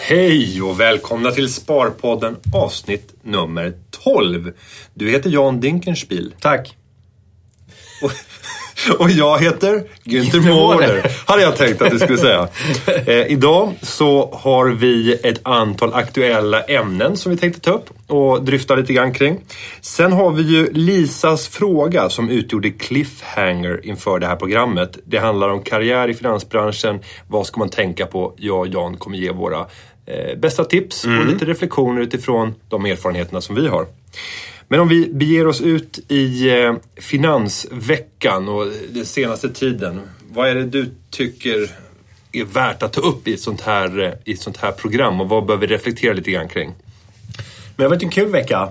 Hej och välkomna till Sparpodden avsnitt nummer 12. Du heter Jan Dinkenspiel. Tack. Och jag heter Günther Mårder. Hade jag tänkt att du skulle säga. Idag så har vi ett antal aktuella ämnen som vi tänkte ta upp och dryfta lite grann kring. Sen har vi ju Lisas fråga som utgjorde cliffhanger inför det här programmet. Det handlar om karriär i finansbranschen. Vad ska man tänka på? Jag och Jan kommer ge våra bästa tips och lite reflektioner utifrån de erfarenheterna som vi har. Men om vi beger oss ut i finansveckan och den senaste tiden. Vad är det du tycker är värt att ta upp i ett sånt här program? Och vad bör vi reflektera lite grann kring? Men det har varit en kul vecka.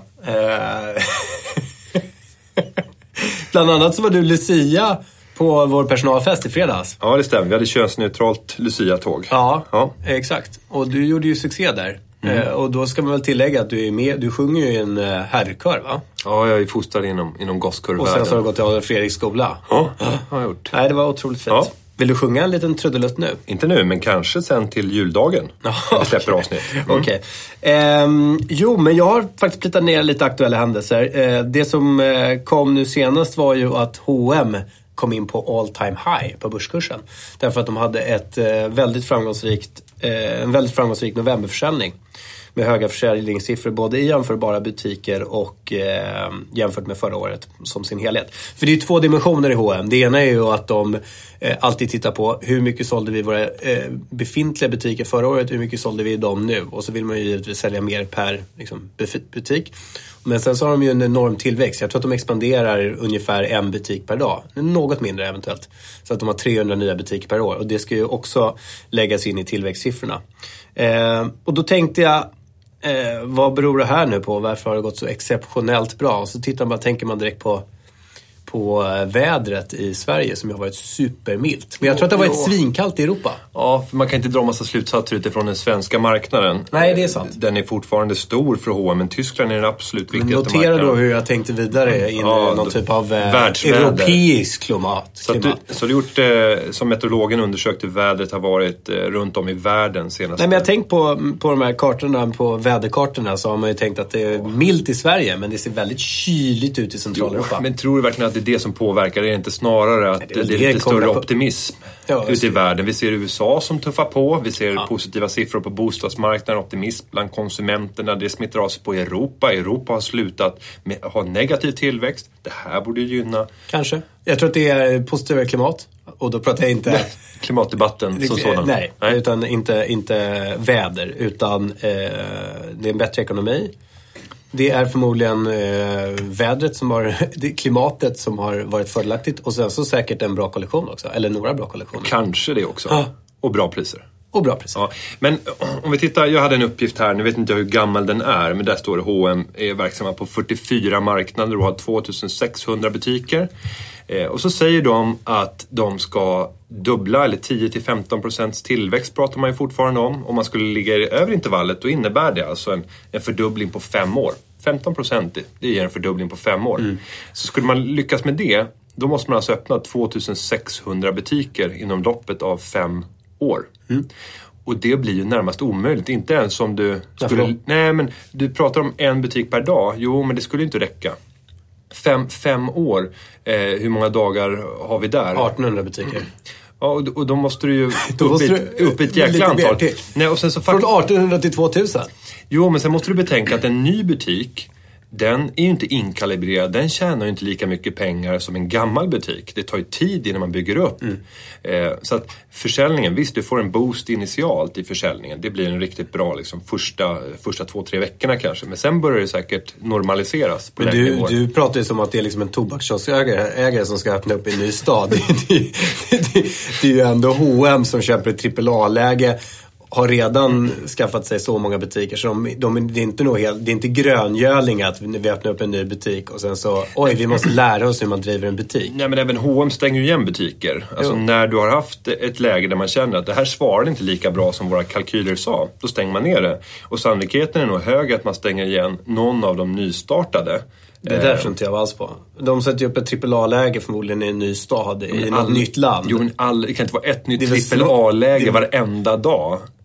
Bland annat så var du Lucia på vår personalfest i fredags. Ja, det stämmer. Vi hade könsneutralt Lucia-tåg. Ja, exakt. Och du gjorde ju succé där. Och då ska man väl tillägga att du är med. Du sjunger ju i en herrkör, va? Ja, jag är fostrad inom gospelvärlden. Och sen så har du gått till Adolf Fredriks skola. Ja, har jag gjort. Nej, det var otroligt fint. Ja. Vill du sjunga en liten trudelutt nu? Inte nu, men kanske sen till juldagen. Vi släpper avsnitt. Okej. Jo, men jag har faktiskt plittat ner lite aktuella händelser. Det som kom nu senast var ju att H&M kom in på all time high på börskursen. Därför att de hade en väldigt framgångsrik novemberförsäljning med höga försäljningssiffror både i jämförbara butiker och jämfört med förra året som sin helhet. För det är ju två dimensioner i H&M. Det ena är ju att de alltid tittar på hur mycket sålde vi våra befintliga butiker förra året, hur mycket sålde vi dem nu. Och så vill man ju givetvis sälja mer per butik. Men sen så har de ju en enorm tillväxt. Jag tror att de expanderar ungefär en butik per dag. Något mindre eventuellt. Så att de har 300 nya butiker per år. Och det ska ju också läggas in i tillväxtsiffrorna. Och då tänkte jag, vad beror det här nu på? Varför har det gått så exceptionellt bra? Och så tänker man direkt på vädret i Sverige som har varit supermilt. Men jag tror att det har varit svinkallt i Europa. Ja, för man kan inte dra massa slutsatser utifrån den svenska marknaden. Nej, det är sant. Den är fortfarande stor för H&M, men Tyskland är den absolut viktigaste marknaden. marknaden. Notera då hur jag tänkte vidare in i någon typ av europeisk klimat. Så du gjort, som meteorologen undersökte, vädret har varit runt om i världen senast. Nej, men jag har tänkt på de här kartorna, på väderkartorna, så har man ju tänkt att det är milt i Sverige, men det ser väldigt kyligt ut i Centraleuropa. Men tror du verkligen att det är det som påverkar? Det är inte snarare att det är lite större optimism ute i världen? Vi ser USA som tuffar på. Vi ser positiva siffror på bostadsmarknaden, optimism bland konsumenterna. Det smittar av sig på Europa. Europa har slutat ha negativ tillväxt. Det här borde gynna. Kanske. Jag tror att det är positivare klimat. Och då pratar jag inte... klimatdebatten som sådan. Nej, utan inte väder. Utan det är en bättre ekonomi. Det är förmodligen vädret klimatet som har varit fördelaktigt. Och sen så säkert en bra kollektion också. Eller några bra kollektioner. Kanske det också. Ja. Och bra priser. Ja. Men om vi tittar, jag hade en uppgift här. Nu vet inte hur gammal den är. Men där står det H&M är verksamma på 44 marknader och har 2600 butiker. Och så säger de att de ska dubbla eller 10-15% tillväxt pratar man ju fortfarande om. Om man skulle ligga över intervallet, då innebär det alltså en fördubbling på 5 år. 15% det ger en fördubbling på 5 år. Så skulle man lyckas med det, då måste man alltså öppna 2600 butiker inom loppet av 5 år. Och det blir ju närmast omöjligt. Inte ens om du skulle... Nej, men du pratar om en butik per dag. Jo, men det skulle inte räcka. 5 år. Hur många dagar har vi där? 1800 butiker. Ja, och då måste du ju upp ett jäkla antal. Nej, och sen så från 1800 till 2000? Jo, men sen måste du betänka att en ny butik, den är ju inte inkalibrerad. Den tjänar ju inte lika mycket pengar som en gammal butik. Det tar ju tid innan man bygger upp. Så att försäljningen, visst du får en boost initialt i försäljningen. Det blir en riktigt bra liksom, första 2-3 veckorna kanske. Men sen börjar det säkert normaliseras på längre nivåer. Du pratar ju som att det är liksom en tobakskiosägare som ska öppna upp i en ny stad. Det är ju ändå H&M som köper ett AAA-läge. Har redan skaffat sig så många butiker så det är inte gröngöling att vi öppnar upp en ny butik och sen så, vi måste lära oss hur man driver en butik. Nej, men även H&M stänger ju igen butiker. Alltså när du har haft ett läge där man känner att det här svarar inte lika bra som våra kalkyler sa, då stänger man ner det. Och sannolikheten är nog hög att man stänger igen någon av de nystartade. Det där tror inte jag alls på. De sätter ju upp ett AAA-läge förmodligen i en ny stad i något nytt land. Jo, men det kan inte vara ett nytt AAA-läge varenda dag.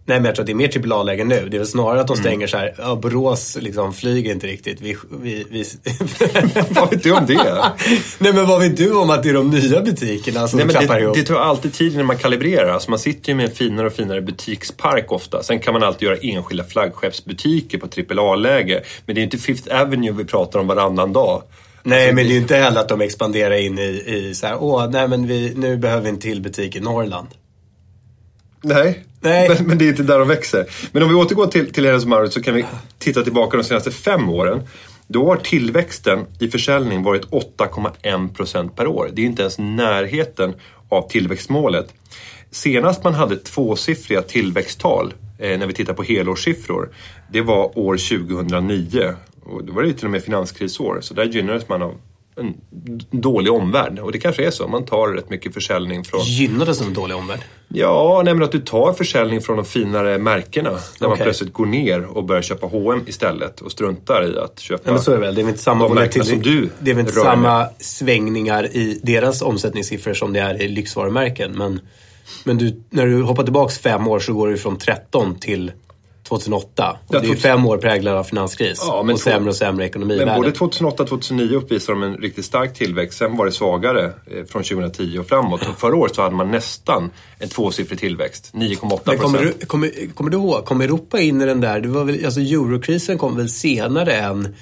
Nej, men jag tror att det är mer AAA-lägen nu. Det är väl snarare att de stänger så här, ja, Borås liksom flyger inte riktigt. Vad vet du om det? Nej, men vad vet du om att det är de nya butikerna som klappar ihop? Det tar alltid tid när man kalibrerar. Alltså man sitter ju med en finare och finare butikspark ofta. Sen kan man alltid göra enskilda flaggskeppsbutiker på AAA-läge. Men det är inte Fifth Avenue vi pratar om varannan dag. Nej, alltså, men det är ju inte heller att de expanderar in i så här, nej men nu behöver vi en till butik i Norrland. Nej. Men det är inte där de växer. Men om vi återgår till Hennes & Mauritz så kan vi titta tillbaka de senaste 5 åren. Då har tillväxten i försäljning varit 8,1% per år. Det är inte ens närheten av tillväxtmålet. Senast man hade 2-siffriga tillväxttal när vi tittar på helårssiffror, det var år 2009. Och då var det ju till och med finanskrisår. Så där gynnades man av en dålig omvärld. Och det kanske är så. Man tar rätt mycket försäljning från... Gynnades av en dålig omvärld? Ja, men att du tar försäljning från de finare märkena. Där man plötsligt går ner och börjar köpa H&M istället. Och struntar i att köpa... Ja, men så är det väl. Det är väl inte samma det är väl inte samma svängningar i deras omsättningssiffror som det är i lyxvarumärken. Men när du hoppar tillbaka 5 år så går du från 13 till 2008. Och det är 5 år präglade av finanskris. Ja, och sämre ekonomi. Men både 2008 och 2009 uppvisar de en riktigt stark tillväxt. Sen var det svagare från 2010 och framåt. Och förra året så hade man nästan en 2-siffrig tillväxt. 9,8%. Kommer du ihåg? Kom Europa in i den där? Det var väl, alltså eurokrisen kom väl senare än...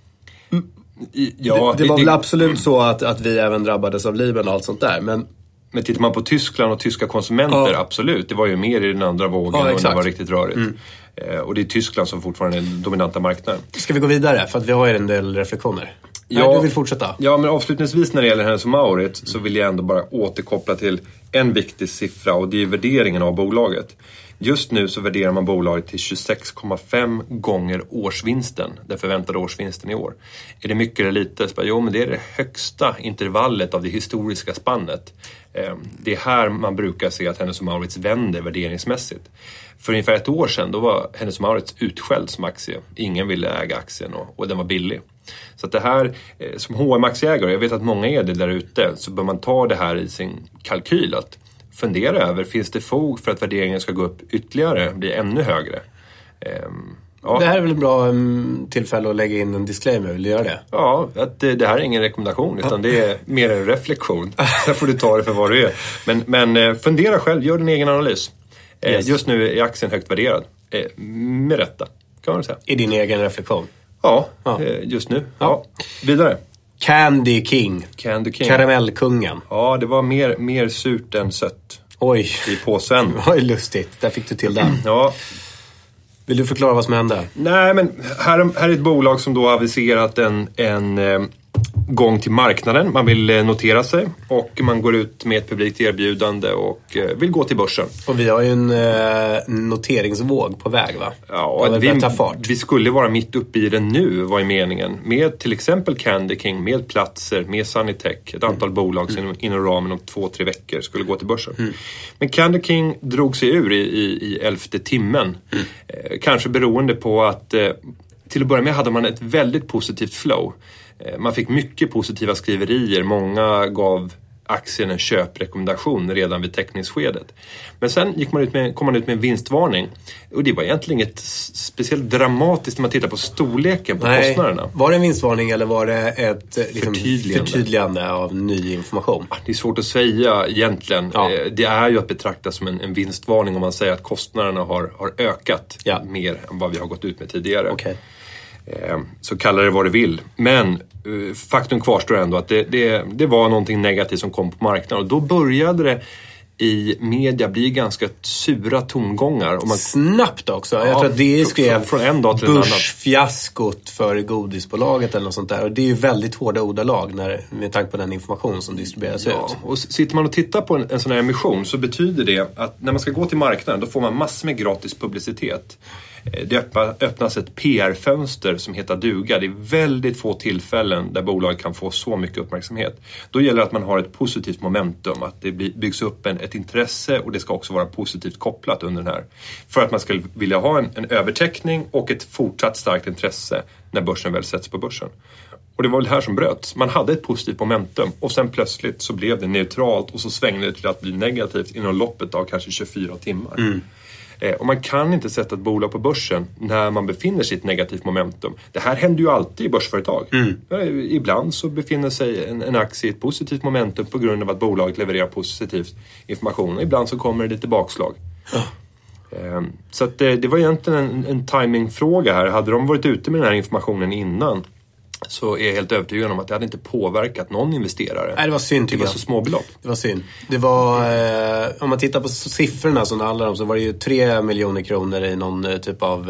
Ja, det var väl absolut så att vi även drabbades av Libyen och allt sånt där. Men tittar man på Tyskland och tyska konsumenter, absolut. Det var ju mer i den andra vågen och det var riktigt rörigt. Och det är Tyskland som fortfarande är den dominanta marknaden. Ska vi gå vidare? För att vi har ju en del reflektioner. Ja, du vill fortsätta? Ja, men avslutningsvis när det gäller Hennes & Mauritz så vill jag ändå bara återkoppla till en viktig siffra och det är värderingen av bolaget. Just nu så värderar man bolaget till 26,5 gånger årsvinsten, den förväntade årsvinsten i år. Är det mycket eller lite? Jo, men det är det högsta intervallet av det historiska spannet. Det är här man brukar se att Hennes & Mauritz vänder värderingsmässigt. För ungefär 1 år sedan då var Hennes & Mauritz utskälld som aktie. Ingen ville äga aktien och den var billig. Så att det här, som H&M-aktieägare, jag vet att många är det där ute, så bör man ta det här i sin kalkyl att fundera över, finns det fog för att värderingen ska gå upp ytterligare, bli ännu högre? Ja. Det här är väl ett bra tillfälle att lägga in en disclaimer, vill du göra det? Ja, att det här är ingen rekommendation utan det är mer en reflektion. Där får du ta det för vad det är. Men fundera själv, gör din egen analys. Yes. Just nu är aktien högt värderad. Med rätta, kan man säga. I din egen reflektion? Ja. Just nu. Ja. Vidare. Candy King. Karamellkungen. Ja, det var mer surt än sött. Oj. I påsen. Oj, lustigt. Där fick du till den. Ja. Vill du förklara vad som hände? Nej, men här är ett bolag som då har aviserat en gång till marknaden. Man vill notera sig och man går ut med ett publikt erbjudande och vill gå till börsen. Och vi har ju en noteringsvåg på väg, va? Ja, vi skulle vara mitt uppe i den nu, var i meningen. Med till exempel Candy King, med Platser, med Sanitech. Ett antal bolag som inom ramen om 2-3 veckor skulle gå till börsen. Men Candy King drog sig ur i 11:e timmen. Kanske beroende på att till att börja med hade man ett väldigt positivt flow. Man fick mycket positiva skriverier. Många gav aktien en köprekommendation redan vid teckningsskedet. Men sen kom man ut med en vinstvarning. Och det var egentligen inget speciellt dramatiskt när man tittar på storleken på kostnaderna. Var det en vinstvarning eller var det ett förtydligande av ny information? Det är svårt att säga egentligen. Ja. Det är ju att betrakta som en vinstvarning om man säger att kostnaderna har ökat mer än vad vi har gått ut med tidigare. Okay. Så kalla det vad du vill. Men faktum kvarstår ändå att det var någonting negativt som kom på marknaden. Och då började det i media bli ganska sura tongångar. Och snabbt också. Jag tror att det skrev från en dag till en annan. Börsfiaskot för godisbolaget eller något sånt där. Och det är ju väldigt hårda ordalag med tanke på den information som distribueras ut. Och sitter man och tittar på en sån här emission så betyder det att när man ska gå till marknaden då får man massor med gratis publicitet. Det öppnas ett PR-fönster som heter duga. Det är väldigt få tillfällen där bolaget kan få så mycket uppmärksamhet. Då gäller det att man har ett positivt momentum. Att det byggs upp ett intresse och det ska också vara positivt kopplat under den här. För att man ska vilja ha en övertäckning och ett fortsatt starkt intresse när börsen väl sätts på börsen. Och det var väl det här som bröts. Man hade ett positivt momentum och sen plötsligt så blev det neutralt och så svängde det till att bli negativt inom loppet av kanske 24 timmar. Och man kan inte sätta ett bolag på börsen när man befinner sig i ett negativt momentum. Det här händer ju alltid i börsföretag. Ibland så befinner sig en aktie i ett positivt momentum på grund av att bolaget levererar positiv information. Ibland så kommer det lite bakslag. Så att det var egentligen en timingfråga här. Hade de varit ute med den här informationen innan, så är jag helt övertygad om att det hade inte påverkat någon investerare. Nej, det var synd tycker jag. Det var så små belopp. Det var synd. Det var, om man tittar på siffrorna som det handlar om, så var det ju 3 miljoner kronor i någon typ av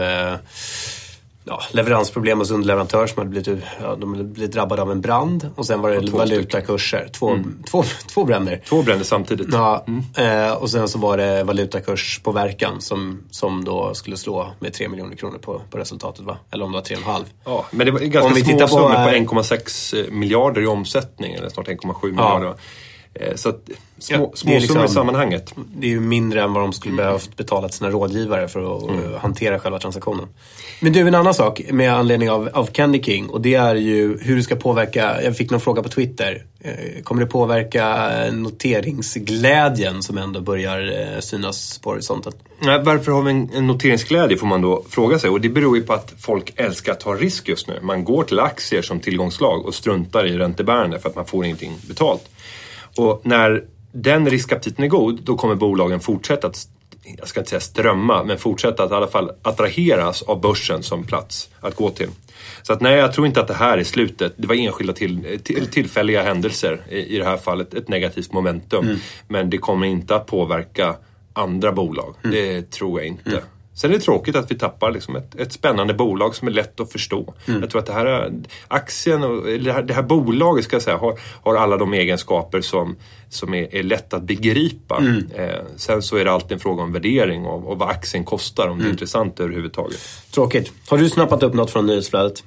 leveransproblem hos underleverantör som hade blivit drabbade av en brand. Och sen var det valutakurser. Två bränder. 2 bränder samtidigt. Ja, och sen så var det valutakurspåverkan som då skulle slå med 3 miljoner kronor på resultatet, va? Eller om det var 3,5. Ja, men det var ganska små summor på 1,6 miljarder i omsättning. Eller snart 1,7 miljarder. Så att små summor i sammanhanget. Det är ju mindre än vad de skulle behövt betala till sina rådgivare för att hantera själva transaktionen. Men du, en annan sak med anledning av Candy King, och det är ju hur det ska påverka. Jag fick någon fråga på Twitter. Kommer det påverka noteringsglädjen som ändå börjar synas på horisonten? Nej, varför har vi en noteringsglädje får man då fråga sig. Och det beror ju på att folk älskar att ta risk just nu. Man går till aktier som tillgångslag och struntar i räntebärande för att man får ingenting betalt. Och när den riskaptiten är god, då kommer bolagen fortsätta att, jag ska inte säga strömma, men fortsätta att i alla fall attraheras av börsen som plats att gå till. Så att nej, jag tror inte att det här är slutet. Det var enskilda tillfälliga händelser i det här fallet, ett negativt momentum. Men det kommer inte att påverka andra bolag. Det tror jag inte. Sen är det tråkigt att vi tappar liksom ett spännande bolag som är lätt att förstå. Jag tror att det här aktien och det här bolaget ska jag säga, har alla de egenskaper som är lätt att begripa. Sen så är det alltid en fråga om värdering och vad aktien kostar, om det är intressant överhuvudtaget. Tråkigt. Har du snappat upp något från nyhetsflödet?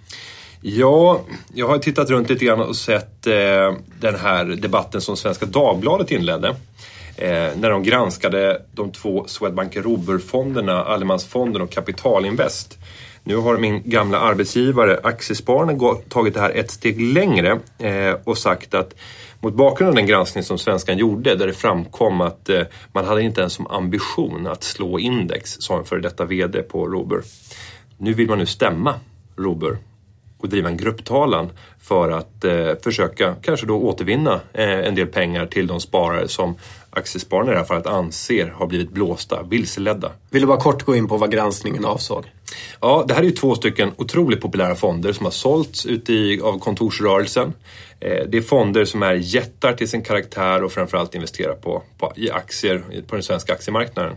Ja, jag har tittat runt lite grann och sett den här debatten som Svenska Dagbladet inledde. När de granskade de 2 Swedbank Robur-fonderna, Allemansfonden och Kapitalinvest. Nu har min gamla arbetsgivare Aktiespararna tagit det här ett steg längre och sagt att mot bakgrund av den granskning som Svenskan gjorde, där det framkom att man hade inte ens som ambition att slå index, sa en före detta vd på Robur. Nu vill man nu stämma Robur och driva en grupptalan för att försöka kanske då återvinna en del pengar till de sparare som Aktiespararna i det här fallet anser har blivit blåsta, vilseledda. Vill du bara kort gå in på vad granskningen avsåg? Ja, det här är ju 2 stycken otroligt populära fonder som har sålts av kontorsrörelsen. Det är fonder som är jättar till sin karaktär och framförallt investerar i aktier på den svenska aktiemarknaden.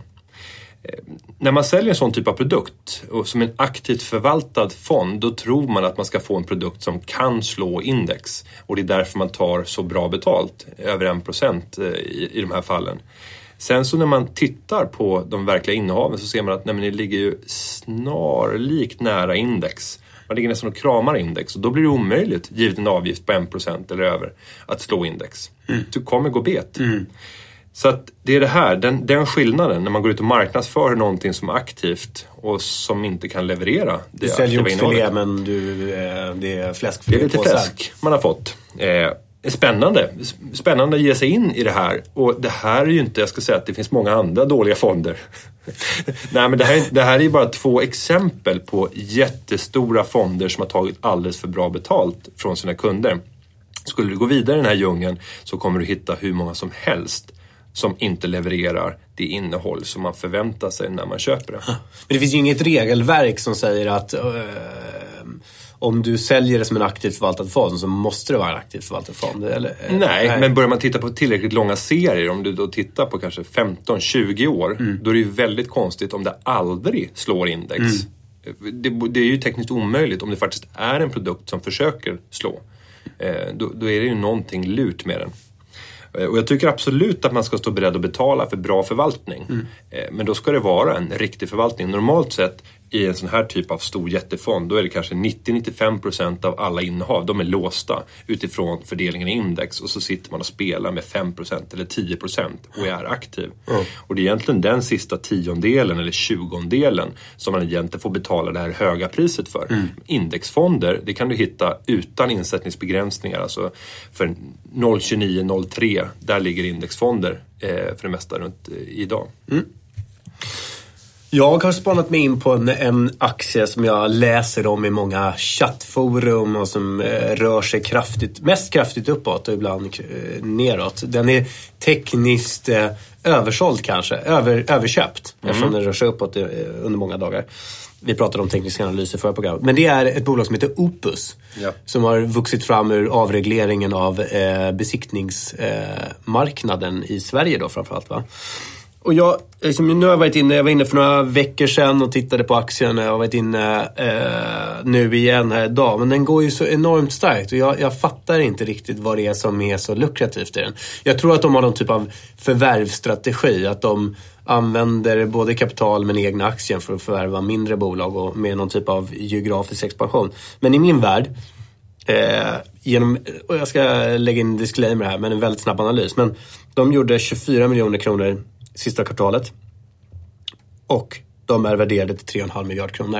När man säljer en sån typ av produkt och som en aktivt förvaltad fond, då tror man att man ska få en produkt som kan slå index. Och det är därför man tar så bra betalt, över 1% i de här fallen. Sen så när man tittar på de verkliga innehaven så ser man att det ligger ju snarlikt nära index. Man ligger nästan och kramar index och då blir det omöjligt, givet en avgift på 1% eller över, att slå index. Du kommer gå bet. Så att det är det här, den skillnaden när man går ut och marknadsför någonting som är aktivt och som inte kan leverera. Du säljer oxfilé, men det är fläskfilé. Det är lite fläsk man har fått. Spännande att ge sig in i det här. Och det här är ju inte, jag ska säga att det finns många andra dåliga fonder. Nej, men det här är ju bara 2 exempel på jättestora fonder som har tagit alldeles för bra betalt från sina kunder. Skulle du gå vidare i den här djungeln så kommer du hitta hur många som helst som inte levererar det innehåll som man förväntar sig när man köper det. Men det finns ju inget regelverk som säger att om du säljer det som en aktivt förvaltad fond så måste det vara en aktivt förvaltad fond. Eller? Nej, men börjar man titta på tillräckligt långa serier, om du då tittar på kanske 15-20 år, då är det ju väldigt konstigt om det aldrig slår index. Det är ju tekniskt omöjligt om det faktiskt är en produkt som försöker slå. Då är det ju någonting lurt med den. Och jag tycker absolut att man ska stå beredd att betala för bra förvaltning. Men då ska det vara en riktig förvaltning. Normalt sett i en sån här typ av stor jättefond, då är det kanske 90-95% av alla innehav. De är låsta utifrån fördelningen i index. Och så sitter man och spelar med 5% eller 10% och är aktiv. Och det är egentligen den sista 10-delen eller 20-delen som man egentligen får betala det här höga priset för. Indexfonder, det kan du hitta utan insättningsbegränsningar. Alltså för 0,29-0,3, där ligger indexfonder för det mesta runt idag. Jag har spanat mig in på en aktie som jag läser om i många chattforum och som rör sig mest kraftigt uppåt och ibland neråt. Den är tekniskt översåld kanske, överköpt eftersom den rör sig uppåt under många dagar. Vi pratade om tekniska analyser förra programmet. Men det är ett bolag som heter Opus. Ja. Som har vuxit fram ur avregleringen av besiktningsmarknaden i Sverige då framförallt, va? Och jag var inne för några veckor sedan och tittade på aktien. Jag har varit inne nu igen här idag. Men den går ju så enormt starkt. Och jag fattar inte riktigt vad det är som är så lukrativt i den. Jag tror att de har någon typ av förvärvsstrategi. Att de använder både kapital men egna aktier för att förvärva mindre bolag. Och med någon typ av geografisk expansion. Men i min värld, och jag ska lägga in en disclaimer här, men en väldigt snabb analys. Men de gjorde 24 miljoner kronor sista kvartalet. Och de är värderade till 3,5 miljard kronor.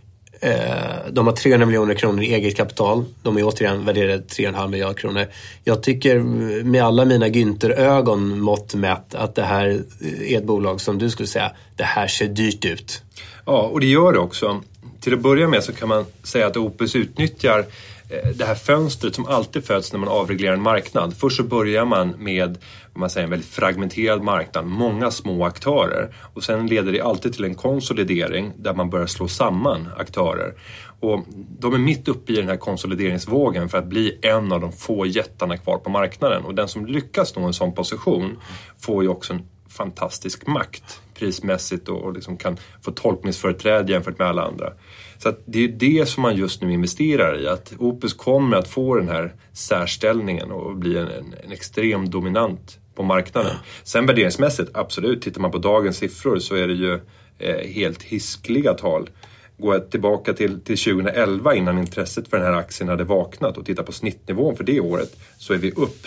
De har 300 miljoner kronor i eget kapital. De är återigen värderade till 3,5 miljard kronor. Jag tycker med alla mina Günther-ögon mått mätt att det här är ett bolag som du skulle säga, det här ser dyrt ut. Ja, och det gör det också. Till att börja med så kan man säga att Opus utnyttjar det här fönstret som alltid föds när man avreglerar en marknad. Först så börjar man med en väldigt fragmenterad marknad, många små aktörer. Och sen leder det alltid till en konsolidering där man börjar slå samman aktörer. Och de är mitt uppe i den här konsolideringsvågen för att bli en av de få jättarna kvar på marknaden. Och den som lyckas nå en sån position får ju också en fantastisk makt prismässigt och liksom kan få tolkningsföreträde jämfört med alla andra. Så att det är det som man just nu investerar i. Att Opus kommer att få den här särställningen och bli en extrem dominant på marknaden. Sen värderingsmässigt, absolut. Tittar man på dagens siffror så är det ju helt hiskliga tal. Går jag tillbaka till 2011 innan intresset för den här aktien hade vaknat och tittar på snittnivån för det året så är vi upp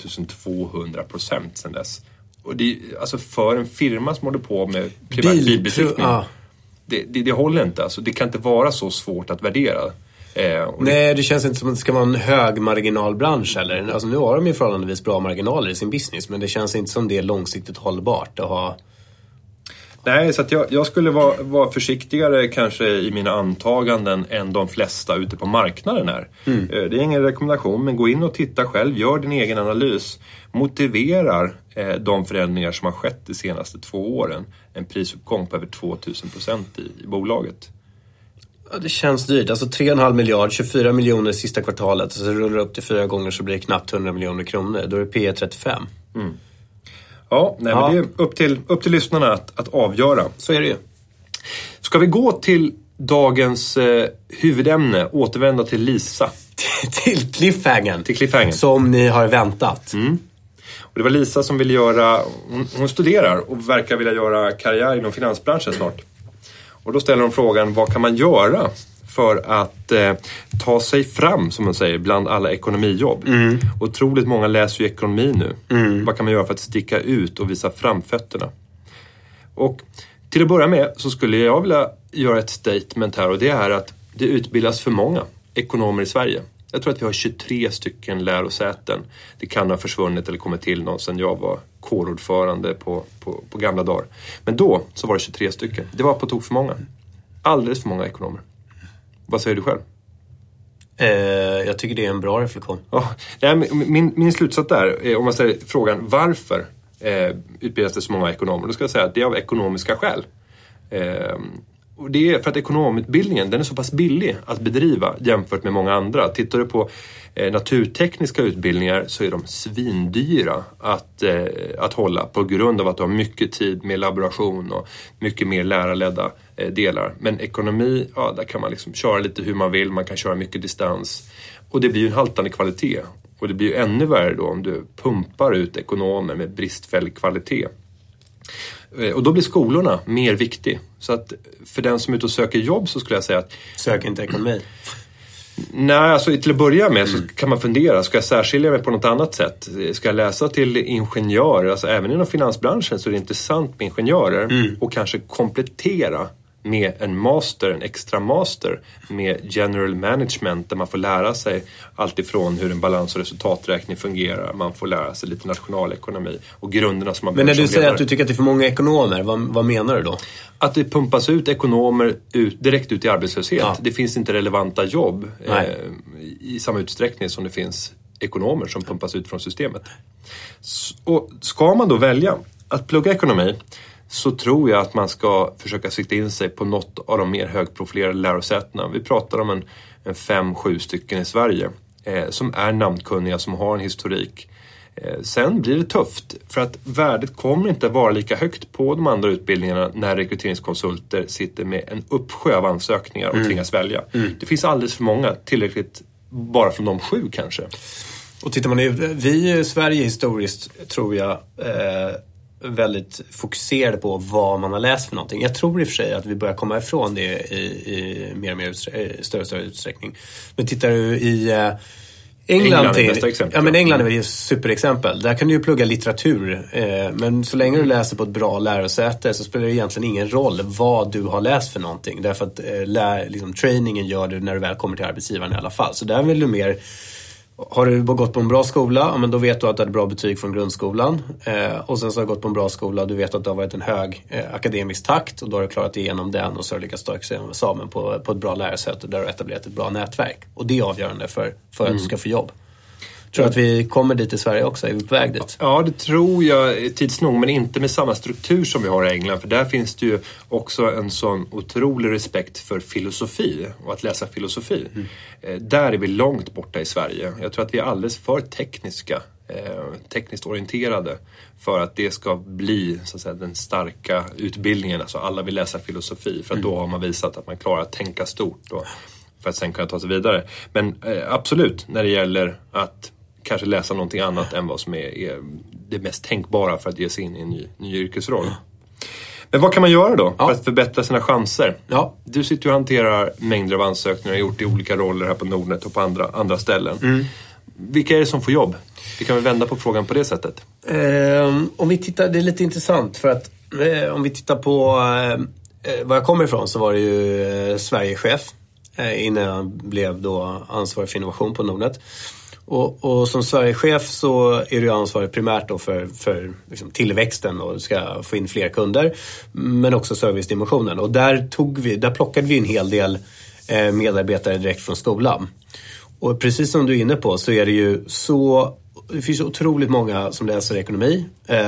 2200% sedan dess. Och det, alltså för en firma som håller på med privat bilbesiktning, det håller inte. Alltså, det kan inte vara så svårt att värdera. Nej, det känns inte som att det ska vara en hög marginalbransch heller. Alltså, nu har de ju förhållandevis bra marginaler i sin business, men det känns inte som det är långsiktigt hållbart att ha. Nej, så att jag skulle vara försiktigare kanske i mina antaganden än de flesta ute på marknaden är. Det är ingen rekommendation, men gå in och titta själv, gör din egen analys. Motiverar de förändringar som har skett de senaste 2 åren en prisuppgång på över 2000% i bolaget. Ja, det känns dyrt. Alltså 3,5 miljard, 24 miljoner sista kvartalet. Så rullar upp till 4 gånger så blir det knappt 100 miljoner kronor. Då är det P 35. Ja, men det är upp till lyssnarna att avgöra. Så är det ju. Ska vi gå till dagens huvudämne, återvända till Lisa. Till cliffhangern. Till cliffhangern. Som ni har väntat. Och det var Lisa som ville göra, hon studerar och verkar vilja göra karriär inom finansbranschen snart. Och då ställer hon frågan, vad kan man göra för att ta sig fram, som man säger, bland alla ekonomijobb? Otroligt många läser ju ekonomi nu. Vad kan man göra för att sticka ut och visa framfötterna? Och till att börja med så skulle jag vilja göra ett statement här, och det är att det utbildas för många ekonomer i Sverige. Jag tror att vi har 23 stycken lärosäten. Det kan ha försvunnit eller kommit till någon sedan jag var kårordförande på gamla dagar. Men då så var det 23 stycken. Det var på tok för många. Alldeles för många ekonomer. Vad säger du själv? Jag tycker det är en bra reflektion. Ja, min slutsats där, om man ställer frågan varför utbildas det så många ekonomer, då ska jag säga att det är av ekonomiska skäl. Och det är för att ekonomutbildningen, den är så pass billig att bedriva jämfört med många andra. Tittar du på naturtekniska utbildningar så är de svindyra att hålla på grund av att du har mycket tid med laboration och mycket mer lärarledda delar. Men ekonomi, ja, där kan man liksom köra lite hur man vill, man kan köra mycket distans. Och det blir ju en haltande kvalitet. Och det blir ju ännu värre då om du pumpar ut ekonomer med bristfällig kvalitet. Och då blir skolorna mer viktig. Så att för den som är ute och söker jobb så skulle jag säga att... Sök inte ekonomi. Nej, alltså till att börja med så kan man fundera. Ska jag särskilja mig på något annat sätt? Ska jag läsa till ingenjör? Alltså även inom finansbranschen så är det intressant med ingenjörer. Och kanske komplettera med en master, en extra master med general management där man får lära sig allt ifrån hur en balans- och resultaträkning fungerar. Man får lära sig lite nationalekonomi och grunderna som man Men när du säger ledare. att du tycker att det är för många ekonomer, vad menar du då? Att det pumpas ut ekonomer direkt ut i arbetslöshet. Ja. Det finns inte relevanta jobb i samma utsträckning som det finns ekonomer som pumpas ut från systemet. Och ska man då välja att plugga ekonomi så tror jag att man ska försöka sikta in sig på något av de mer högprofilerade lärosätena. Vi pratar om en 5-7 stycken i Sverige som är namnkunniga, som har en historik. Sen blir det tufft för att värdet kommer inte vara lika högt på de andra utbildningarna när rekryteringskonsulter sitter med en uppsjö av ansökningar och tvingas välja. Det finns alldeles för många, tillräckligt bara från de 7 kanske. Och tittar man vi i Sverige historiskt tror jag väldigt fokuserade på vad man har läst för någonting. Jag tror i och för sig att vi börjar komma ifrån det i mer och mer större utsträckning. Men tittar du i England är bästa exempel. Ja, men England är väl ett superexempel. Där kan du ju plugga litteratur. Men så länge du läser på ett bra lärosäte så spelar det egentligen ingen roll vad du har läst för någonting. Därför att liksom, trainingen gör du när du väl kommer till arbetsgivaren i alla fall. Så där vill du mer... Har du gått på en bra skola, ja, men då vet du att du har ett bra betyg från grundskolan. Och sen så har du gått på en bra skola och du vet att det har varit en hög akademisk takt. Och då har du klarat igenom den och så har du lyckats ta examen på ett bra lärosäte där du har etablerat ett bra nätverk. Och det är avgörande för att du ska få jobb. Tror du att vi kommer dit i Sverige också? Är vi på väg dit? Ja, det tror jag tids nog, men inte med samma struktur som vi har i England. För där finns det ju också en sån otrolig respekt för filosofi och att läsa filosofi. Där är vi långt borta i Sverige. Jag tror att vi är alldeles för tekniskt orienterade för att det ska bli så att säga, den starka utbildningen. Alltså alla vill läsa filosofi för att då har man visat att man klarar att tänka stort och för att sen kunna ta sig vidare. Men absolut, när det gäller att kanske läsa någonting annat än vad som är det mest tänkbara för att ge sig in i en ny yrkesroll. Men vad kan man göra då för att förbättra sina chanser? Ja. Du sitter och hanterar mängder av ansökningar och har gjort i olika roller här på Nordnet och på andra ställen. Vilka är det som får jobb? Vi kan väl vända på frågan på det sättet. Om vi tittar, det är lite intressant för att om vi tittar på var jag kommer ifrån så var det ju Sverigechef innan jag blev då ansvarig för innovation på Nordnet. Och som Sverigechef så är du ansvarig primärt då för liksom tillväxten och ska få in fler kunder, men också servicedimensionen. Och där plockade vi en hel del medarbetare direkt från skolan. Och precis som du är inne på så är det ju det finns otroligt många som läser ekonomi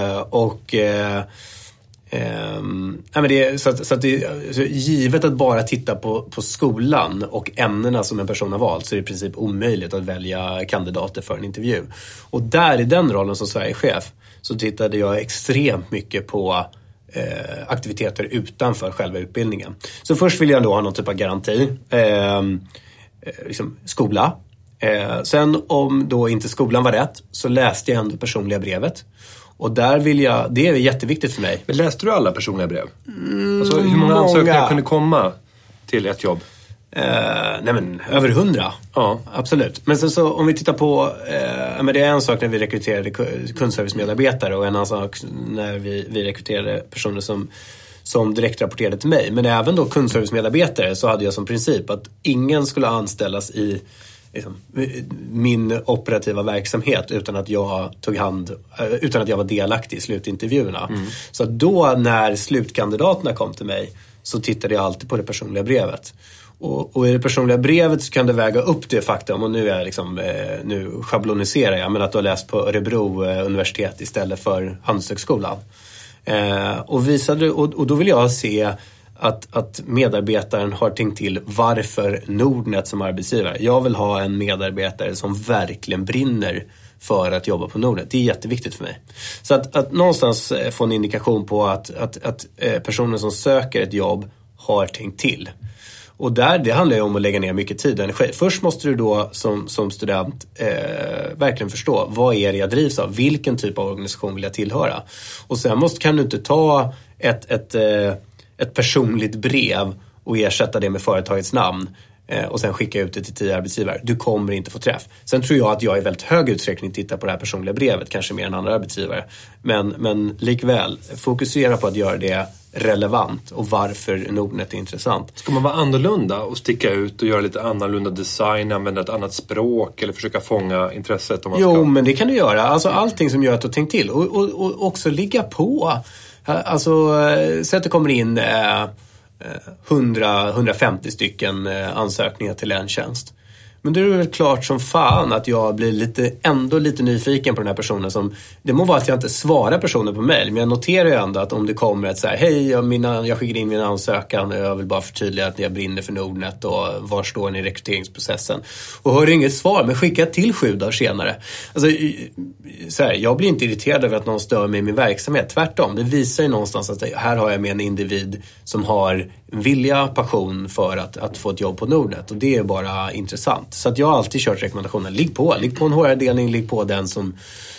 så givet att bara titta på skolan och ämnena som en person har valt så är det i princip omöjligt att välja kandidater för en intervju. Och där i den rollen som Sverigechef så tittade jag extremt mycket på aktiviteter utanför själva utbildningen. Så först vill jag då ha någon typ av garanti. Liksom skola. Sen om då inte skolan var rätt så läste jag ändå personliga brevet. Och där det är jätteviktigt för mig. Men läste du alla personliga brev? Alltså, hur många ansökningar kunde komma till ett jobb? Över 100. Ja. Absolut. Men sen så om vi tittar på men det är en sak när vi rekryterade kundservicemedarbetare och en annan sak när vi rekryterade personer som direkt rapporterade till mig. Men även då kundservicemedarbetare så hade jag som princip att ingen skulle anställas i min operativa verksamhet utan att jag var delaktig i slutintervjuerna. Så då när slutkandidaterna kom till mig så tittade jag alltid på det personliga brevet. Och i det personliga brevet så kan det väga upp det faktum, och nu är liksom, nu schabloniserar jag, men att du har läst på Örebro universitet istället för Handelshögskolan. Och då vill jag se att medarbetaren har tänkt till varför Nordnet som arbetsgivare. Jag vill ha en medarbetare som verkligen brinner för att jobba på Nordnet. Det är jätteviktigt för mig. Så att någonstans få en indikation på att personen som söker ett jobb har tänkt till. Och det handlar ju om att lägga ner mycket tid och energi. Först måste du då som student verkligen förstå vad är det jag drivs av? Vilken typ av organisation vill jag tillhöra? Och sen kan du inte ta ett personligt brev och ersätta det med företagets namn. och sen skicka ut det till 10 arbetsgivare. Du kommer inte få träff. Sen tror jag att jag i väldigt hög utsträckning tittar på det här personliga brevet, kanske mer än andra arbetsgivare. Men likväl, fokusera på att göra det relevant och varför Nordnet är intressant. Ska man vara annorlunda och sticka ut och göra lite annorlunda design, använda ett annat språk eller försöka fånga intresset? Om man Jo, men det kan du göra. Alltså allting som gör att du har tänkt till. Och också ligga på. Alltså, så att det kommer in 100-150 stycken ansökningar till en tjänst. Men det är väl klart som fan att jag blir ändå lite nyfiken på den här personen. Det må vara att jag inte svarar personen på mejl, men jag noterar ju ändå att om det kommer ett så här: hej, jag skickar in min ansökan och jag vill bara förtydliga att jag brinner för Nordnet och var står ni i rekryteringsprocessen. Och hör inget svar, men skicka till 7 dagar senare. Alltså, så här, jag blir inte irriterad över att någon stör mig i min verksamhet. Tvärtom, det visar ju någonstans att här har jag med en individ som har vilja, passion för att få ett jobb på Nordnet. Och det är bara intressant. Så att jag har alltid kört rekommendationen. Ligg på en HR-delning, ligg på den som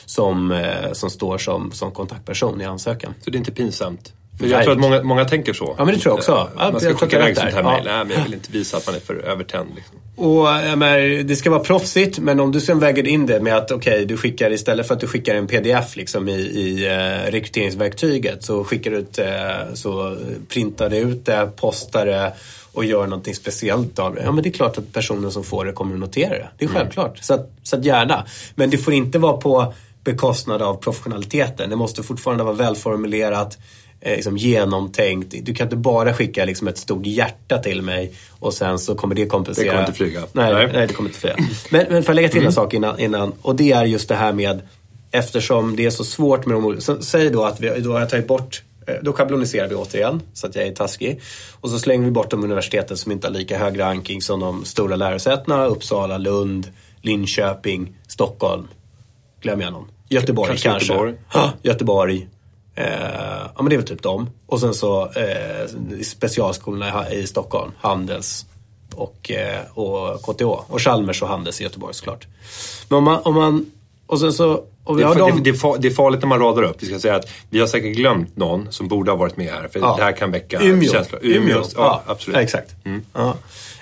står som kontaktperson i ansökan. Så det är inte pinsamt? För jag tror att många tänker så. Ja, men det tror jag också. Man ska skicka iväg sånt här mejl. Nej, men jag vill inte visa att man är för övertänd. Liksom. Och det ska vara proffsigt, men om du sen väger in det med att du skickar istället för att du skickar en pdf liksom i rekryteringsverktyget, så skickar du så printar du ut det, postar det och gör någonting speciellt av det. Ja, men det är klart att personen som får det kommer att notera det. Det är självklart. Så att gärna. Men det får inte vara på bekostnad av professionaliteten. Det måste fortfarande vara välformulerat, liksom genomtänkt. Du kan inte bara skicka liksom ett stort hjärta till mig och sen så kommer det kompensera. Det kommer inte flyga. Nej, det kommer inte flyga. Men för att lägga till en sak innan, och det är just det här med, eftersom det är så svårt med de olika. Säg då att då har jag tagit bort, då schabloniserar vi återigen så att jag är taskig. Och så slänger vi bort de universiteten som inte har lika hög ranking som de stora lärosätena: Uppsala, Lund, Linköping, Stockholm. Glömmer jag någon? Göteborg kanske. Göteborg. Ja, men det är väl typ dem. Och sen så specialskolorna i Stockholm, Handels och KTH. Och Chalmers och Handels i Göteborg såklart. Men om man och sen så och vi har det är farligt när man radar upp. Vi ska säga att vi har säkert glömt någon som borde ha varit med här. För det här kan väcka känslor. Umeå. Ja, absolut. Ja, exakt. Ja.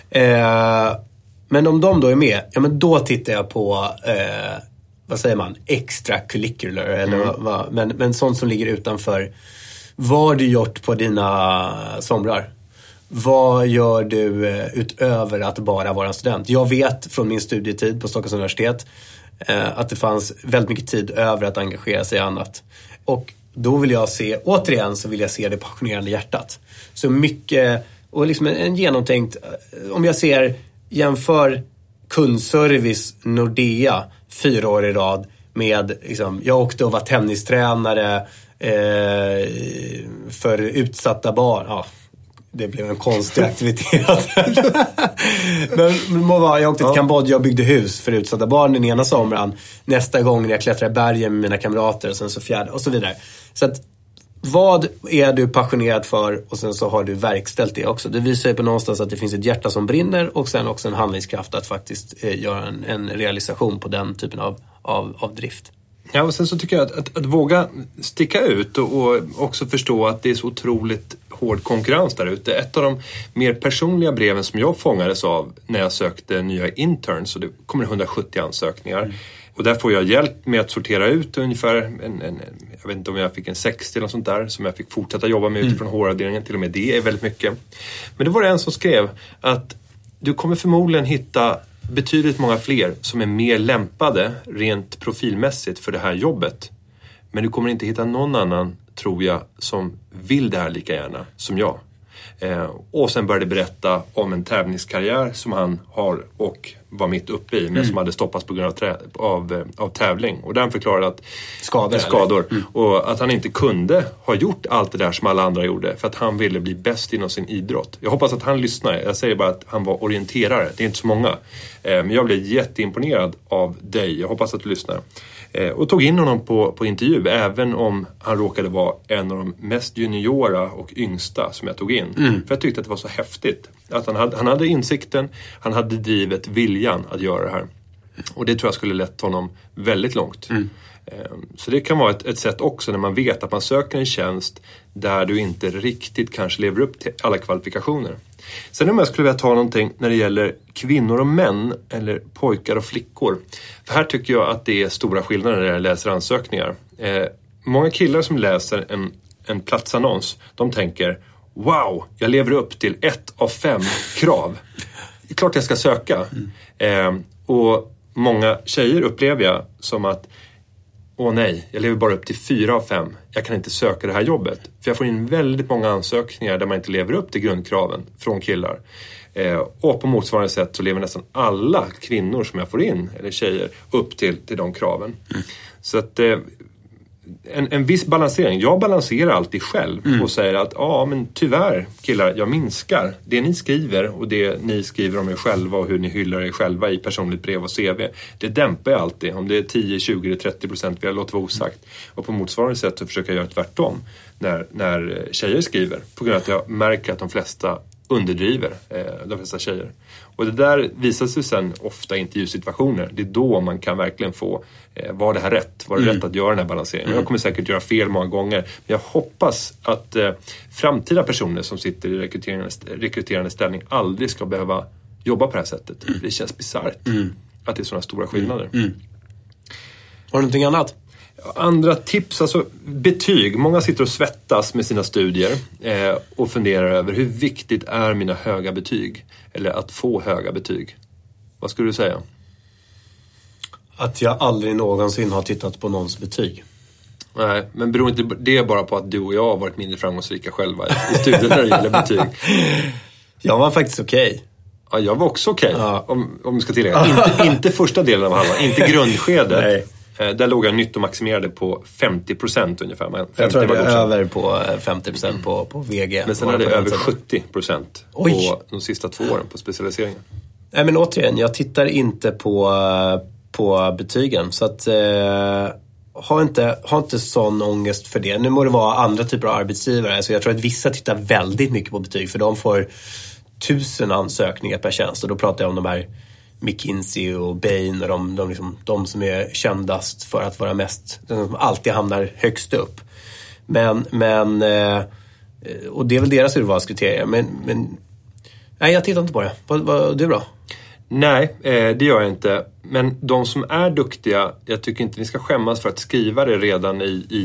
Men om de då är med, ja, men då tittar jag på vad säger man? Extracurricular eller men sånt som ligger utanför. Vad har du gjort på dina somrar? Vad gör du utöver att bara vara en student? Jag vet från min studietid på Stockholms universitet att det fanns väldigt mycket tid över att engagera sig i annat. Och då vill jag se, återigen så vill jag se det passionerande hjärtat. Så mycket, och liksom en genomtänkt, om jag jämför kundservice Nordea 4 år i rad med, liksom, jag åkte och var tennistränare för utsatta barn. Ja, det blev en konstig aktivitet. Men jag åkte till Kambodja och byggde hus för utsatta barn den ena sommaren. Nästa gång när jag klättrade bergen med mina kamrater och sen så fjärde och så vidare. Så att vad är du passionerad för och sen så har du verkställt det också. Det visar ju på någonstans att det finns ett hjärta som brinner och sen också en handlingskraft att faktiskt göra en realisation på den typen av drift. Ja, och sen så tycker jag att våga sticka ut och också förstå att det är så otroligt hård konkurrens där ute. Ett av de mer personliga breven som jag fångades av när jag sökte nya interns, och det kommer 170 ansökningar. Och där får jag hjälp med att sortera ut ungefär jag vet inte om jag fick en 60 eller sånt där som jag fick fortsätta jobba med utifrån HR-avdelningen. Till och med det är väldigt mycket. Men det var en som skrev att du kommer förmodligen hitta betydligt många fler som är mer lämpade rent profilmässigt för det här jobbet. Men du kommer inte hitta någon annan, tror jag, som vill det här lika gärna som jag. Och sen började berätta om en tävlingskarriär som han har och var mitt uppe i, men som hade stoppats på grund av tävling. Och där han förklarade att skador och att han inte kunde ha gjort allt det där som alla andra gjorde för att han ville bli bäst inom sin idrott. Jag hoppas att han lyssnar. Jag säger bara att han var orienterare. Det är inte så många. Men jag blev jätteimponerad av dig. Jag hoppas att du lyssnar. Och tog in honom på intervju, även om han råkade vara en av de mest juniora och yngsta som jag tog in. För jag tyckte att det var så häftigt. Att han hade insikten, han hade drivet, viljan att göra det här. Och det tror jag skulle lett honom väldigt långt. Så det kan vara ett sätt också när man vet att man söker en tjänst där du inte riktigt kanske lever upp till alla kvalifikationer. Sen om jag skulle vilja ta någonting när det gäller kvinnor och män eller pojkar och flickor. För här tycker jag att det är stora skillnader när jag läser ansökningar. Många killar som läser en platsannons, de tänker wow, jag lever upp till 1 av 5 krav. Det är klart jag ska söka. Och många tjejer upplever jag som att åh nej, jag lever bara upp till 4 av 5. Jag kan inte söka det här jobbet. För jag får in väldigt många ansökningar där man inte lever upp till grundkraven från killar. Och på motsvarande sätt så lever nästan alla kvinnor som jag får in, eller tjejer, upp till de kraven. Så att en viss balansering. Jag balanserar alltid själv och säger att men tyvärr killar, jag minskar det ni skriver och det ni skriver om er själva och hur ni hyllar er själva i personligt brev och CV. Det dämpar jag alltid. Om det är 10, 20 eller 30% vill jag låta vara osagt. Och på motsvarande sätt så försöker jag göra tvärtom när tjejer skriver. På grund av att jag märker att de flesta underdriver, de flesta tjejer. Och det där visar sig sen ofta i intervjusituationer. Det är då man kan verkligen få, var det här rätt? Var det rätt att göra den här balanseringen? Jag kommer säkert göra fel många gånger. Men jag hoppas att framtida personer som sitter i rekryterande ställning aldrig ska behöva jobba på det här sättet. Det känns bisarrt att det är sådana stora skillnader. Har du någonting annat? Andra tips, alltså betyg. Många sitter och svettas med sina studier och funderar över hur viktigt är mina höga betyg? Eller att få höga betyg. Vad skulle du säga? Att jag aldrig någonsin har tittat på någons betyg. Nej, men beror inte det bara på att du och jag har varit mindre framgångsrika själva i studier när det gäller betyg? Jag var faktiskt okej. Ja, jag var också okej. Om vi ska tillägga. Inte första delen av halvan, inte grundskedet. Nej. Där låg jag nyttomaximerade på 50% ungefär. 50 jag tror det är över på 50% på VG. Men sen är det över 70% på de sista 2 åren på specialiseringen. Nej, men återigen, jag tittar inte på betygen. Så att ha inte sån ångest för det. Nu må det vara andra typer av arbetsgivare. Så jag tror att vissa tittar väldigt mycket på betyg. För de får 1000 ansökningar per tjänst. Och då pratar jag om de här McKinsey och Bain och de som är kändast för att vara mest, de som alltid hamnar högst upp. Men och det är väl deras urvalskriterier. Men nej, jag tittar inte på det. Vad du då? Nej, det gör jag inte. Men de som är duktiga, jag tycker inte ni ska skämmas för att skriva det redan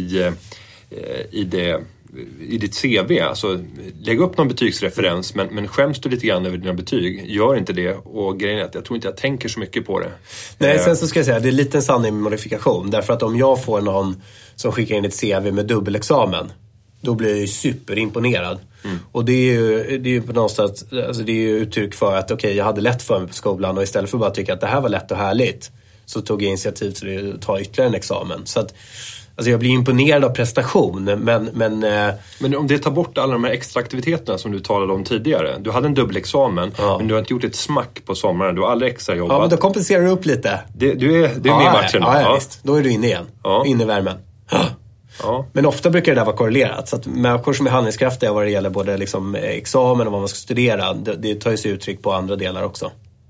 i ditt CV. Alltså, lägg upp någon betygsreferens, men skäms du lite grann över dina betyg, gör inte det. Och grejen är att jag tror inte jag tänker så mycket på det. Nej, sen så ska jag säga, det är lite en sanning med modifikation. Därför att om jag får någon som skickar in ett CV med dubbelexamen, då blir jag ju superimponerad. Och det är ju på något sätt, alltså det är ju uttryck för att okej, jag hade lätt för mig på skolan och istället för att bara tycka att det här var lätt och härligt, så tog jag initiativ till att ta ytterligare en examen. Så att alltså jag blir imponerad av prestation, men om det tar bort alla de här extra aktiviteterna som du talade om tidigare. Du hade en dubbelexamen, men du har inte gjort ett smack på sommaren. Du har aldrig extra jobbat. Ja, men då kompenserar du upp lite. Du är med i matchen. Ja, visst. Då är du inne igen. Ja. Inne i värmen. Ja. Men ofta brukar det där vara korrelerat. Så att människor som är handlingskraftiga vad det gäller både liksom examen och vad man ska studera, det tar ju sig uttryck på andra delar också.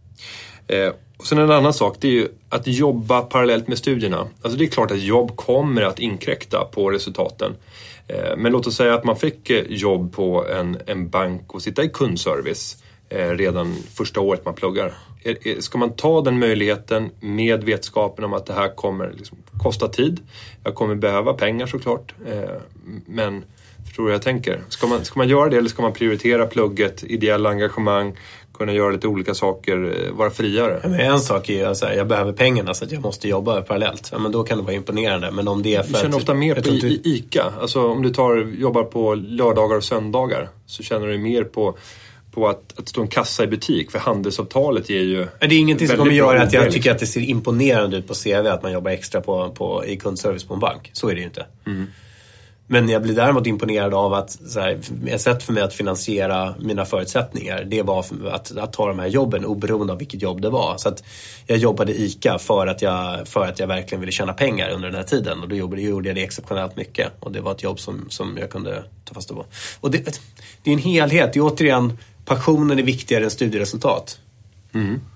Och sen en annan sak, det är ju att jobba parallellt med studierna. Alltså det är klart att jobb kommer att inkräkta på resultaten. Men låt oss säga att man fick jobb på en bank och sitta i kundservice redan första året man pluggar. Ska man ta den möjligheten med vetskapen om att det här kommer liksom kosta tid? Jag kommer behöva pengar såklart. Men tror jag tänker. Ska man göra det eller ska man prioritera plugget, ideella engagemang, kunna göra lite olika saker, vara friare? Ja, men en sak är ju att jag behöver pengarna så att jag måste jobba parallellt. Ja, men då kan det vara imponerande. Men om det är för du känner ofta mer på ICA. Alltså om du jobbar på lördagar och söndagar så känner du mer på att stå en kassa i butik. För handelsavtalet ger ju... Det är ingenting som kommer göra att jag tycker att det ser imponerande ut på CV att man jobbar extra i kundservice på en bank. Så är det ju inte. Men jag blir däremot imponerad av att ett sätt för mig att finansiera mina förutsättningar, det var att ta de här jobben oberoende av vilket jobb det var. Så att jag jobbade i ICA för att jag verkligen ville tjäna pengar under den här tiden. Och då gjorde jag det exceptionellt mycket. Och det var ett jobb som jag kunde ta fasta på. Och det är en helhet. Det är återigen, passionen är viktigare än studieresultat.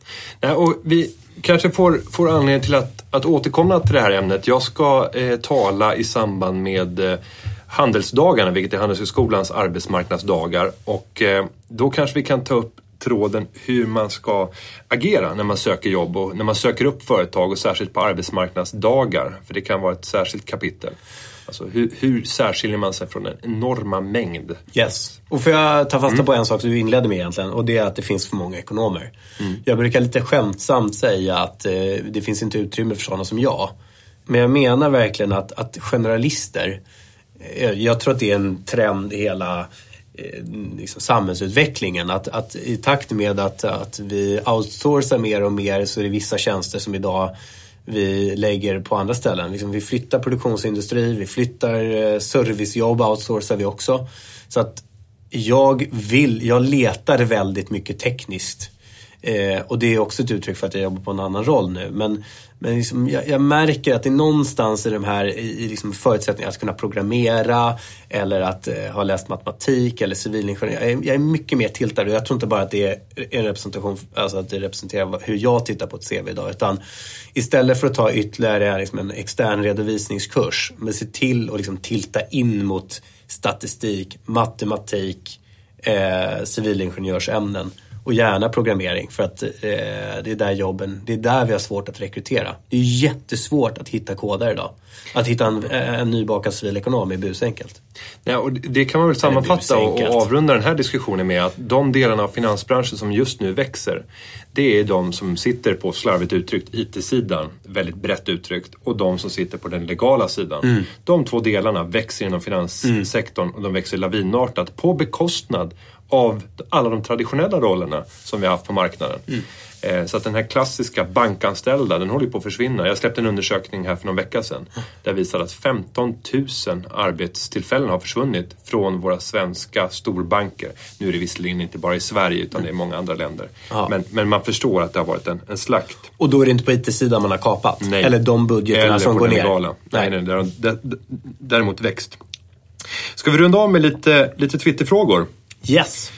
Nej, och vi kanske får anledning till att återkomma till det här ämnet. Jag ska tala i samband med handelsdagarna, vilket är Handelshögskolans arbetsmarknadsdagar. Och då kanske vi kan ta upp tråden hur man ska agera när man söker jobb och när man söker upp företag, och särskilt på arbetsmarknadsdagar. För det kan vara ett särskilt kapitel. Alltså hur särskiljer man sig från en enorma mängd? Yes. Och får jag ta fasta på en sak som du inledde med egentligen, och det är att det finns för många ekonomer. Jag brukar lite skämtsamt säga att det finns inte utrymme för sådana som jag. Men jag menar verkligen att generalister, jag tror att det är en trend i hela liksom samhällsutvecklingen, att i takt med att vi outsourcar mer och mer, så är det vissa tjänster som idag vi lägger på andra ställen. Liksom vi flyttar produktionsindustri, vi flyttar servicejobb, outsourcar vi också. Så att jag letar väldigt mycket tekniskt. Och det är också ett uttryck för att jag jobbar på en annan roll nu. Men liksom, jag märker att det är någonstans i de här i liksom förutsättningar att kunna programmera eller att ha läst matematik eller civilingenjör. Jag är mycket mer tiltad, och jag tror inte bara att det är en representation, alltså att det representerar hur jag tittar på ett CV idag, utan istället för att ta ytterligare liksom en extern redovisningskurs, men se till att liksom tilta in mot statistik, matematik, civilingenjörsämnen. Och gärna programmering, för att det är där jobben, det är där vi har svårt att rekrytera. Det är jättesvårt att hitta kodare idag. Att hitta en nybakad civilekonom är busenkelt. Ja, och det kan man väl sammanfatta och avrunda den här diskussionen med att de delarna av finansbranschen som just nu växer, det är de som sitter på, slarvigt uttryckt, IT-sidan, väldigt brett uttryckt, och de som sitter på den legala sidan. De två delarna växer inom finanssektorn, och de växer lavinartat på bekostnad av alla de traditionella rollerna som vi har haft på marknaden. Så att den här klassiska bankanställda, den håller på att försvinna. Jag släppte en undersökning här för någon vecka sedan där visar att 15 000 arbetstillfällen har försvunnit från våra svenska storbanker. Nu är det visserligen inte bara i Sverige, utan det är många andra länder. Ja. Men man förstår att det har varit en slakt. Och då är det inte på IT-sidan man har kapat? Nej. Eller de budgeterna eller som går ner? Legala. Nej, det har däremot växt. Ska vi runda av med lite Twitterfrågor? Yes.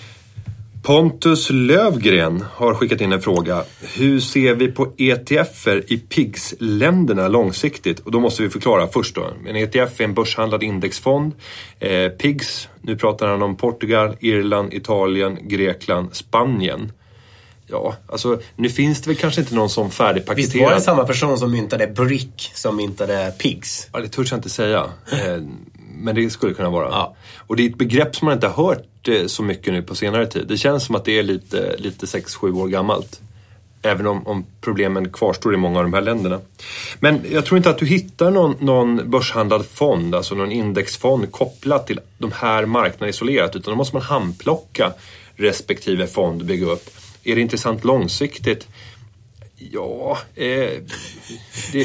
Pontus Lövgren har skickat in en fråga. Hur ser vi på ETFer i PIGS-länderna långsiktigt? Och då måste vi förklara först då. En ETF är en börshandlad indexfond. PIGS, nu pratar han om Portugal, Irland, Italien, Grekland, Spanien. Ja, alltså nu finns det väl kanske inte någon som färdigpaketerad. Visst var det samma person som myntade BRIC som myntade PIGS? Ja, det törs jag inte säga. Men det skulle kunna vara. Ja. Och det är ett begrepp som man inte har hört så mycket nu på senare tid. Det känns som att det är lite 6-7 år gammalt. Även om problemen kvarstår i många av de här länderna. Men jag tror inte att du hittar någon börshandlad fond, alltså någon indexfond kopplat till de här marknaderna isolerat. Utan då måste man handplocka respektive fond och bygga upp. Är det intressant långsiktigt? Ja, det är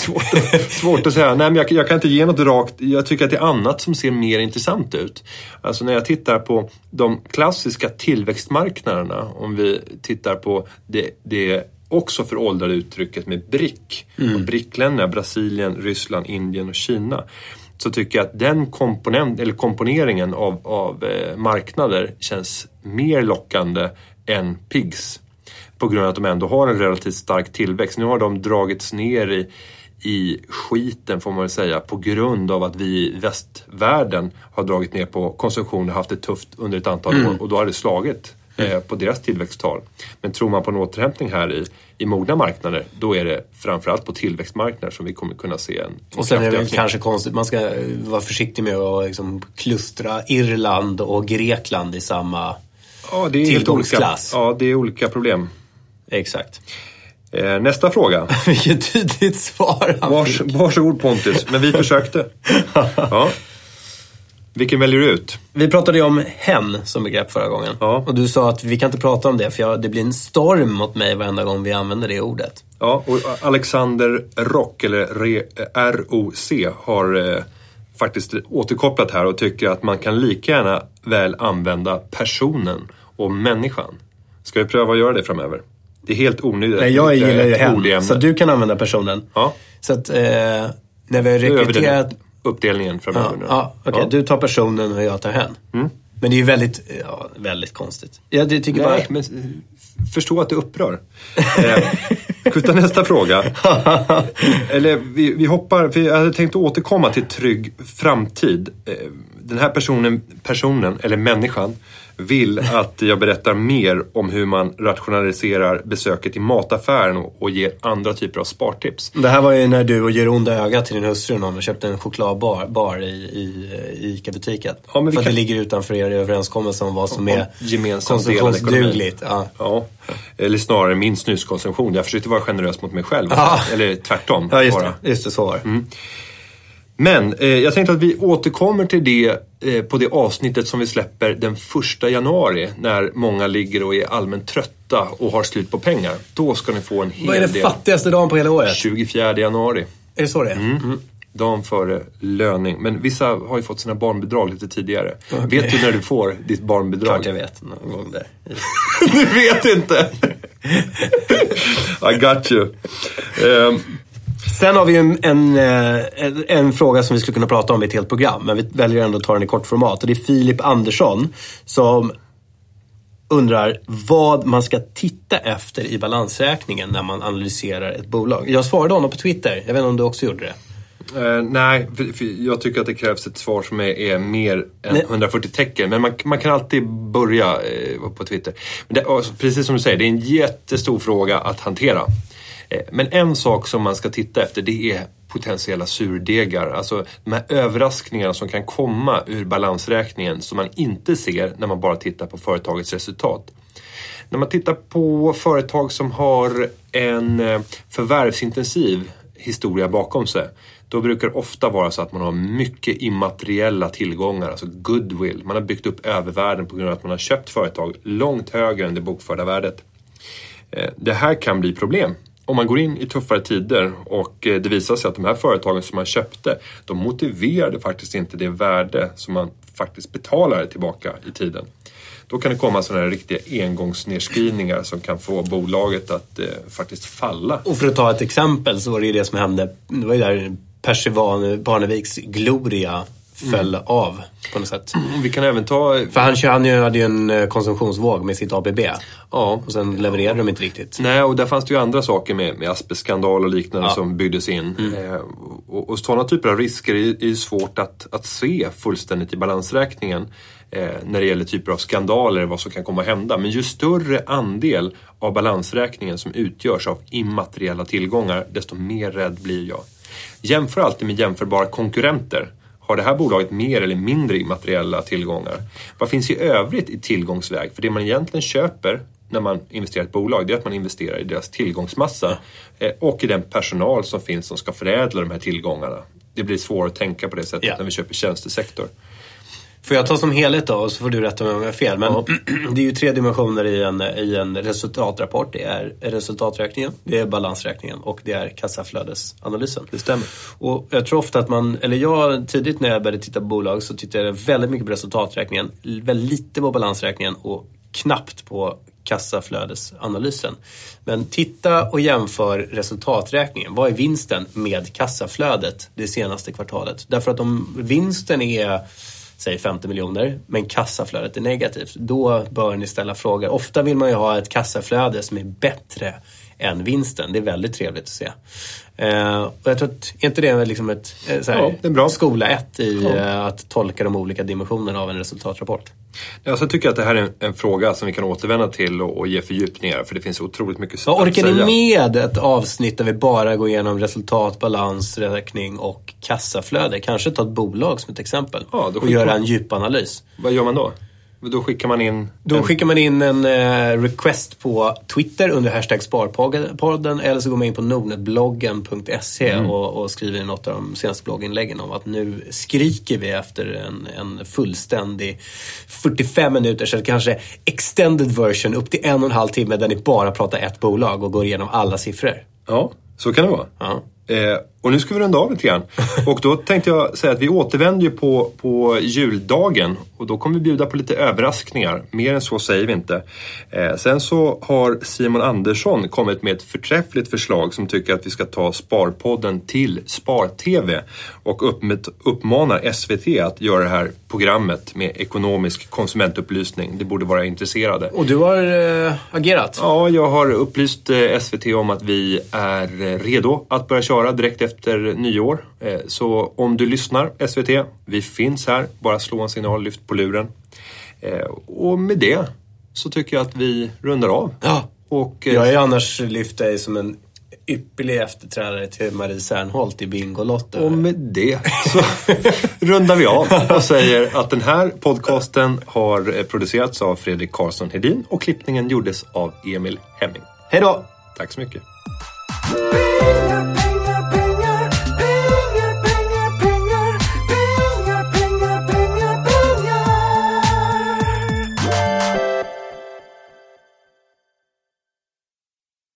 svårt att säga. Nej, men jag kan inte ge något rakt. Jag tycker att det är annat som ser mer intressant ut. Alltså när jag tittar på de klassiska tillväxtmarknaderna, om vi tittar på det också föråldrade uttrycket med BRIC. Och BRIC-länderna, Brasilien, Ryssland, Indien och Kina. Så tycker jag att den komponeringen av marknader känns mer lockande än PIGS. På grund av att de ändå har en relativt stark tillväxt. Nu har de dragits ner i skiten, får man väl säga, på grund av att vi i västvärlden har dragit ner på konsumtion och haft det tufft under ett antal år. Och då har det slagit på deras tillväxttal. Men tror man på en återhämtning här i mogna marknader, då är det framförallt på tillväxtmarknader som vi kommer kunna se en och sen är det väl kanske konstigt, man ska vara försiktig med att liksom klustra Irland och Grekland i samma tillgångsklass. Ja, det är olika problem. Exakt. Nästa fråga. Vilket tydligt svar. Varsågod Pontus, men vi försökte. Ja. Vilken väljer du ut? Vi pratade ju om hen som begrepp förra gången. Ja. Och du sa att vi kan inte prata om det, för det blir en storm mot mig varenda gång vi använder det ordet. Ja, och Alexander Rock, eller ROC, har faktiskt återkopplat här och tycker att man kan lika gärna väl använda personen och människan. Ska vi pröva att göra det framöver? Det är helt onödigt. Nej, jag gillar ju hen, så du kan använda personen. Ja. Så att när vi har rekryterat... uppdelningen framöver nu. Ja, okej. Ja. Du tar personen och jag tar hen. Men det är ju väldigt konstigt. Jag tycker bara... men förstå att det upprör. Skjuta nästa fråga. Eller vi hoppar, för jag hade tänkt återkomma till trygg framtid. Den här personen eller människan vill att jag berättar mer om hur man rationaliserar besöket i mataffären och ger andra typer av spartips. Det här var ju när du och ger onda ögat till din hustru någon och köpte en chokladbar i ICA-butiken. Ja, för att det ligger utanför er överenskommelse om vad som är konsumtionsdugligt. Ja. Eller snarare min snuskonsumtion. Jag försökte vara generös mot mig själv. Eller tvärtom. Ja, just det så var det. Men jag tänkte att vi återkommer till det på det avsnittet som vi släpper den 1 januari. När många ligger och är allmänt trötta och har slut på pengar. Då ska ni få en hel del. Vad är det fattigaste dagen på hela året? 24 januari. Är det så det är? Dagen före löning. Men vissa har ju fått sina barnbidrag lite tidigare. Okay. Vet du när du får ditt barnbidrag? Klart jag vet. Någon gång där. Du vet inte. I got you. Sen har vi en fråga som vi skulle kunna prata om i ett helt program. Men vi väljer ändå att ta den i kort format. Och det är Filip Andersson som undrar vad man ska titta efter i balansräkningen när man analyserar ett bolag. Jag svarade honom på Twitter. Jag vet inte om du också gjorde det. Nej, för jag tycker att det krävs ett svar som är mer än 140 tecken. Men man kan alltid börja på Twitter. Men det, precis som du säger, det är en jättestor fråga att hantera. Men en sak som man ska titta efter, det är potentiella surdegar. Alltså de här överraskningarna som kan komma ur balansräkningen som man inte ser när man bara tittar på företagets resultat. När man tittar på företag som har en förvärvsintensiv historia bakom sig, då brukar det ofta vara så att man har mycket immateriella tillgångar, alltså goodwill. Man har byggt upp övervärden på grund av att man har köpt företag långt högre än det bokförda värdet. Det här kan bli problem. Om man går in i tuffare tider och det visar sig att de här företagen som man köpte, de motiverade faktiskt inte det värde som man faktiskt betalar tillbaka i tiden. Då kan det komma sådana här riktiga engångsnedskrivningar som kan få bolaget att faktiskt falla. Och för att ta ett exempel så var det ju det som hände. Det var ju där Percival Barneviks Gloria föll av på något sätt. Vi kan även ta... För han hade ju en konsumtionsvåg med sitt ABB. Ja. Och sen levererade de inte riktigt. Nej, och där fanns det ju andra saker med asbestskandal och liknande som byggdes in. Och sådana typer av risker är svårt att se fullständigt i balansräkningen när det gäller typer av skandaler, vad som kan komma att hända. Men ju större andel av balansräkningen som utgörs av immateriella tillgångar, desto mer rädd blir jag. Jämför alltid med jämförbara konkurrenter. Har det här bolaget mer eller mindre immateriella tillgångar? Vad finns i övrigt i tillgångsväg? För det man egentligen köper när man investerar i ett bolag, det är att man investerar i deras tillgångsmassa och i den personal som finns som ska förädla de här tillgångarna. Det blir svårt att tänka på det sättet när vi köper tjänstesektor. Får jag ta som helhet då, och så får du rätta mig om jag har fel. Men det är ju 3 dimensioner i en resultatrapport. Det är resultaträkningen, det är balansräkningen och det är kassaflödesanalysen. Det stämmer. Och jag tror ofta att jag tidigt när jag började titta på bolag så tittade jag väldigt mycket på resultaträkningen, väldigt lite på balansräkningen och knappt på kassaflödesanalysen. Men titta och jämför resultaträkningen. Vad är vinsten med kassaflödet det senaste kvartalet? Därför att om vinsten är säg 50 miljoner, men kassaflödet är negativt, då bör ni ställa frågor. Ofta vill man ju ha ett kassaflöde som är bättre än vinsten. Det är väldigt trevligt att se. Och jag tror att, inte det är liksom ett det är bra. Skola 1 i att tolka de olika dimensionerna av en resultatrapport? Ja, så tycker jag att det här är en fråga som vi kan återvända till och ge fördjupningar, för det finns otroligt mycket att säga. Orkar ni med ett avsnitt där vi bara går igenom resultat, balansräkning och kassaflöde? Kanske ta ett bolag som ett exempel och göra en djupanalys. Vad gör man då? Då skickar man in en request på Twitter under hashtag Sparpodden, eller så går man in på nordnetbloggen.se och skriver in något av de senaste blogginläggen om att nu skriker vi efter en fullständig 45 minuter, eller kanske extended version upp till 1,5 timme där ni bara pratar ett bolag och går igenom alla siffror. Ja, så kan det vara. Ja. Och nu ska vi runda av lite grann. Och då tänkte jag säga att vi återvänder ju på juldagen. Och då kommer vi bjuda på lite överraskningar. Mer än så säger vi inte. Sen så har Simon Andersson kommit med ett förträffligt förslag som tycker att vi ska ta Sparpodden till Spar-TV. Och uppmanar SVT att göra det här programmet med ekonomisk konsumentupplysning. Det borde vara intresserade. Och du har agerat? Ja, jag har upplyst SVT om att vi är redo att börja köra direkt efter nyår. Så om du lyssnar SVT, vi finns här. Bara slå en signal, lyft på luren. Och med det så tycker jag att vi rundar av. Ja, och jag är annars lyft dig som en ypperlig efterträdare till Marie Serneholt i Bingolotter. Och med det så rundar vi av och säger att den här podcasten har producerats av Fredrik Karlsson Hedin och klippningen gjordes av Emil Hemming. Hej då! Tack så mycket.